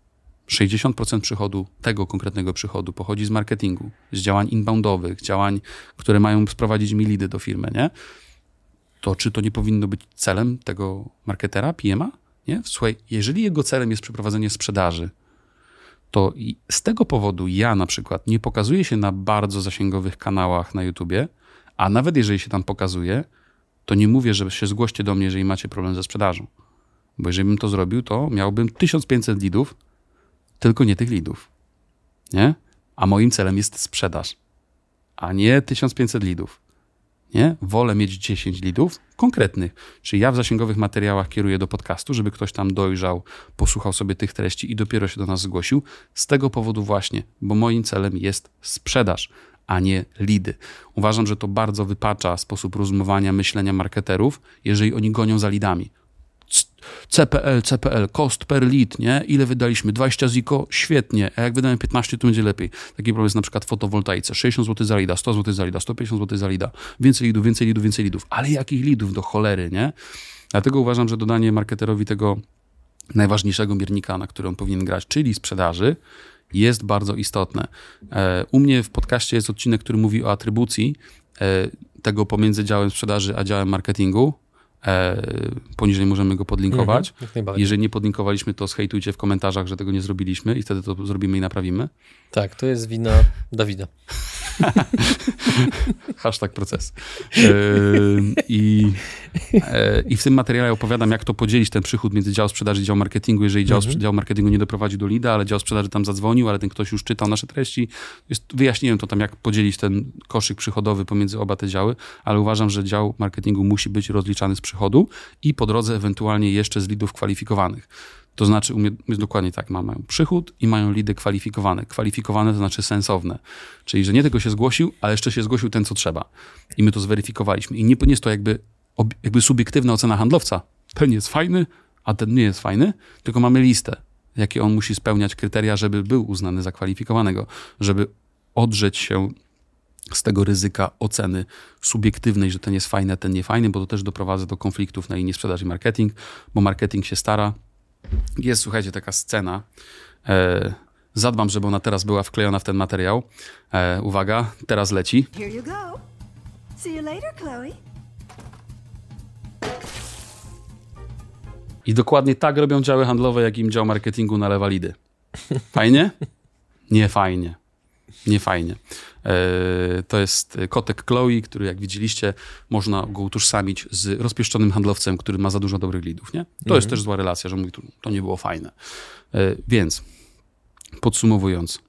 60% przychodu, tego konkretnego przychodu pochodzi z marketingu, z działań inboundowych, działań, które mają sprowadzić mi lidy do firmy, nie? To czy to nie powinno być celem tego marketera, PM-a? Nie? Słuchaj, jeżeli jego celem jest przeprowadzenie sprzedaży, to z tego powodu ja na przykład nie pokazuję się na bardzo zasięgowych kanałach na YouTubie, a nawet jeżeli się tam pokazuję, to nie mówię, że się zgłoście do mnie, jeżeli macie problem ze sprzedażą. Bo jeżeli bym to zrobił, to miałbym 1500 lidów, tylko nie tych lidów. Nie? A moim celem jest sprzedaż, a nie 1500 lidów. Nie? Wolę mieć 10 lidów konkretnych. Czyli ja w zasięgowych materiałach kieruję do podcastu, żeby ktoś tam dojrzał, posłuchał sobie tych treści i dopiero się do nas zgłosił. Z tego powodu właśnie, bo moim celem jest sprzedaż, a nie lidy. Uważam, że to bardzo wypacza sposób rozumowania, myślenia marketerów, jeżeli oni gonią za lidami. CPL, cost per lead, nie? Ile wydaliśmy? 20 ziko? Świetnie. A jak wydamy 15, to będzie lepiej. Taki problem jest na przykład w fotowoltaice. 60 zł za lida, 100 zł za lida, 150 zł za lida. Więcej lidów. Ale jakich lidów do cholery, nie? Dlatego uważam, że dodanie marketerowi tego najważniejszego miernika, na który on powinien grać, czyli sprzedaży, jest bardzo istotne. U mnie w podcaście jest odcinek, który mówi o atrybucji tego pomiędzy działem sprzedaży a działem marketingu. Poniżej możemy go podlinkować. Jeżeli nie podlinkowaliśmy, to zhejtujcie w komentarzach, że tego nie zrobiliśmy i wtedy to zrobimy i naprawimy. Tak, to jest wina Dawida. Hashtag proces. I w tym materiale opowiadam, jak to podzielić ten przychód między dział sprzedaży i dział marketingu. Jeżeli dział marketingu nie doprowadził do lida, ale dział sprzedaży tam zadzwonił, ale ten ktoś już czytał nasze treści. Wyjaśniłem to tam, jak podzielić ten koszyk przychodowy pomiędzy oba te działy, ale uważam, że dział marketingu musi być rozliczany z przychodu i po drodze ewentualnie jeszcze z lidów kwalifikowanych. To znaczy u mnie jest dokładnie tak, mają przychód i mają lidy kwalifikowane. Kwalifikowane to znaczy sensowne. Czyli, że nie tylko się zgłosił, ale jeszcze się zgłosił ten, co trzeba. I my to zweryfikowaliśmy. I nie jest to jakby subiektywna ocena handlowca. Ten jest fajny, a ten nie jest fajny, tylko mamy listę, jakie on musi spełniać kryteria, żeby był uznany za kwalifikowanego, żeby odrzeć się z tego ryzyka oceny subiektywnej, że ten jest fajny, a ten nie fajny, bo to też doprowadza do konfliktów na linii sprzedaż i marketing, bo marketing się stara. Jest, słuchajcie, taka scena. Zadbam, żeby ona teraz była wklejona w ten materiał. Uwaga, teraz leci. Here you go. See you later, Chloe. I dokładnie tak robią działy handlowe, jak im dział marketingu nalewa lidy. Fajnie? Nie fajnie. Nie fajnie. To jest kotek Chloe, który jak widzieliście, można go utożsamić z rozpieszczonym handlowcem, który ma za dużo dobrych lidów. Nie? To jest też zła relacja, że mówi, to nie było fajne. Więc podsumowując,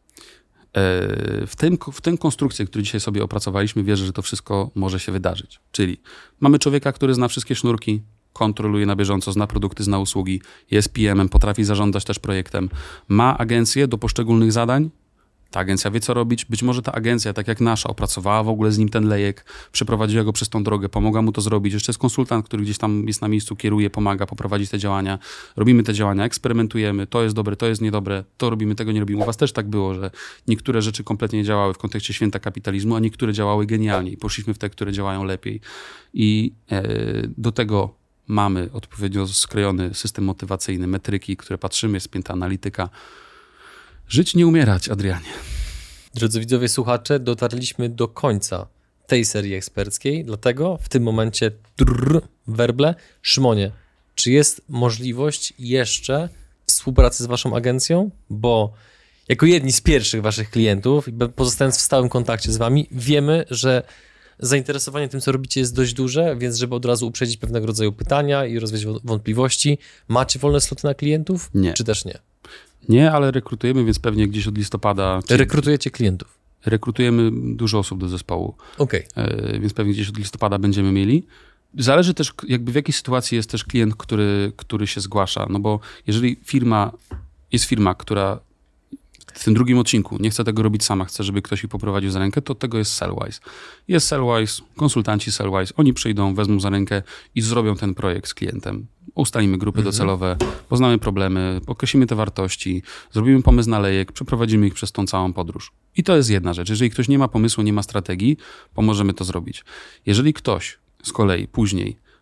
w tę konstrukcję, którą dzisiaj sobie opracowaliśmy, wierzę, że to wszystko może się wydarzyć. Czyli mamy człowieka, który zna wszystkie sznurki, kontroluje na bieżąco, zna produkty, zna usługi, jest PM-em, potrafi zarządzać też projektem, ma agencję do poszczególnych zadań. Ta agencja wie, co robić. Być może ta agencja, tak jak nasza, opracowała w ogóle z nim ten lejek, przeprowadziła go przez tą drogę, pomogła mu to zrobić. Jeszcze jest konsultant, który gdzieś tam jest na miejscu, kieruje, pomaga poprowadzić te działania. Robimy te działania, eksperymentujemy. To jest dobre, to jest niedobre, to robimy, tego nie robimy. U was też tak było, że niektóre rzeczy kompletnie nie działały w kontekście święta kapitalizmu, a niektóre działały genialnie i poszliśmy w te, które działają lepiej. I do tego mamy odpowiednio skrojony system motywacyjny, metryki, które patrzymy, jest spięta analityka. Żyć, nie umierać, Adrianie. Drodzy widzowie, słuchacze, dotarliśmy do końca tej serii eksperckiej, dlatego w tym momencie werble. Szymonie, czy jest możliwość jeszcze współpracy z waszą agencją? Bo jako jedni z pierwszych waszych klientów, pozostając w stałym kontakcie z wami, wiemy, że zainteresowanie tym, co robicie, jest dość duże, więc żeby od razu uprzedzić pewnego rodzaju pytania i rozwiać wątpliwości, macie wolne sloty na klientów? Nie. Czy też nie? Nie, ale rekrutujemy, więc pewnie gdzieś od listopada... Rekrutujecie klientów? Rekrutujemy dużo osób do zespołu. Okej. Więc pewnie gdzieś od listopada będziemy mieli. Zależy też, jakby w jakiej sytuacji jest też klient, który się zgłasza. No bo jeżeli jest firma, która w tym drugim odcinku nie chce tego robić sama, chce, żeby ktoś ich poprowadził za rękę, to od tego jest Sellwise. Jest Sellwise, konsultanci Sellwise, oni przyjdą, wezmą za rękę i zrobią ten projekt z klientem. Ustalimy grupy docelowe, poznamy problemy, określimy te wartości, zrobimy pomysł na lejek, przeprowadzimy ich przez tą całą podróż. I to jest jedna rzecz. Jeżeli ktoś nie ma pomysłu, nie ma strategii, pomożemy to zrobić. Jeżeli ktoś z kolei później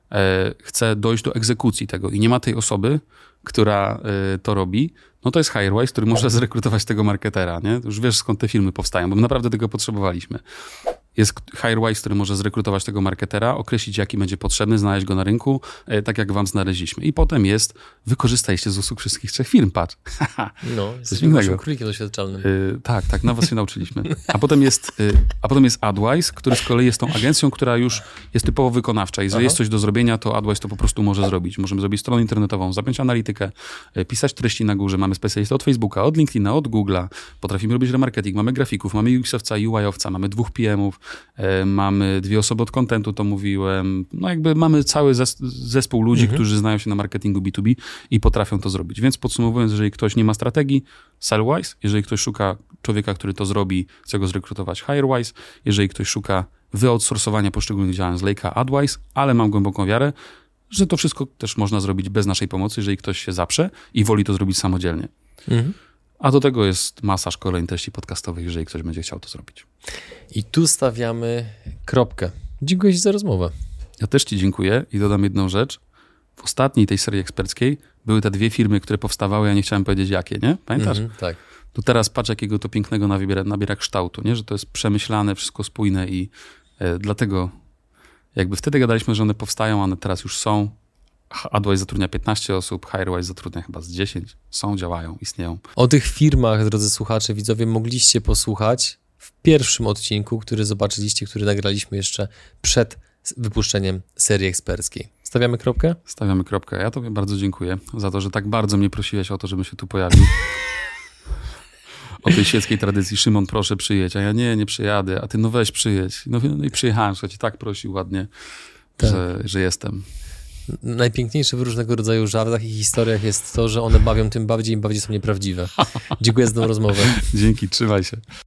chce dojść do egzekucji tego i nie ma tej osoby, która to robi, no to jest HireWise, który może zrekrutować tego marketera, nie? Już wiesz, skąd te filmy powstają, bo my naprawdę tego potrzebowaliśmy. Jest HireWise, który może zrekrutować tego marketera, określić, jaki będzie potrzebny, znaleźć go na rynku, tak jak wam znaleźliśmy. I potem jest, wykorzystajcie z usług wszystkich 3 firm, patrz. No, jesteśmy naszym królikiem doświadczalnym. Tak, na was się nauczyliśmy. A potem jest AdWise, który z kolei jest tą agencją, która już jest typowo wykonawcza. Jeżeli jest coś do zrobienia, to AdWise to po prostu może zrobić. Możemy zrobić stronę internetową, zapiąć analitykę, pisać treści na górze. Mamy specjalistę od Facebooka, od LinkedIna, od Google'a. Potrafimy robić remarketing, mamy grafików, mamy UX-owca, UI-owca, mamy 2 PM-ów, mamy 2 osoby od contentu, to mówiłem. No jakby mamy cały zespół ludzi, którzy znają się na marketingu B2B i potrafią to zrobić. Więc podsumowując, jeżeli ktoś nie ma strategii, SellWise. Jeżeli ktoś szuka człowieka, który to zrobi, chce go zrekrutować, HireWise. Jeżeli ktoś szuka wyoutsourcowania poszczególnych działań z Lake'a, AdWise, ale mam głęboką wiarę, że to wszystko też można zrobić bez naszej pomocy, jeżeli ktoś się zaprze i woli to zrobić samodzielnie. A do tego jest masa szkoleń, treści podcastowych, jeżeli ktoś będzie chciał to zrobić. I tu stawiamy kropkę. Dziękuję ci za rozmowę. Ja też ci dziękuję i dodam jedną rzecz. W ostatniej tej serii eksperckiej były te 2 firmy, które powstawały, ja nie chciałem powiedzieć jakie, nie? Pamiętasz? Tak. To teraz patrz, jakiego to pięknego nabiera kształtu, nie? Że to jest przemyślane, wszystko spójne i dlatego jakby wtedy gadaliśmy, że one powstają, one teraz już są. AdWise zatrudnia 15 osób, HireWise zatrudnia chyba z 10. Są, działają, istnieją. O tych firmach, drodzy słuchacze, widzowie, mogliście posłuchać w pierwszym odcinku, który zobaczyliście, który nagraliśmy jeszcze przed wypuszczeniem serii eksperckiej. Stawiamy kropkę? Stawiamy kropkę. Ja tobie bardzo dziękuję za to, że tak bardzo mnie prosiłeś o to, żebym się tu pojawił. O tej świeckiej tradycji. Szymon, proszę przyjedź. A ja nie przyjadę. A ty no weź przyjedź. No i przyjechałem, że cię tak prosił ładnie, tak. Że jestem. Najpiękniejsze w różnego rodzaju żartach i historiach jest to, że one bawią tym bardziej, im bardziej są nieprawdziwe. Dziękuję za tę rozmowę. Dzięki, trzymaj się.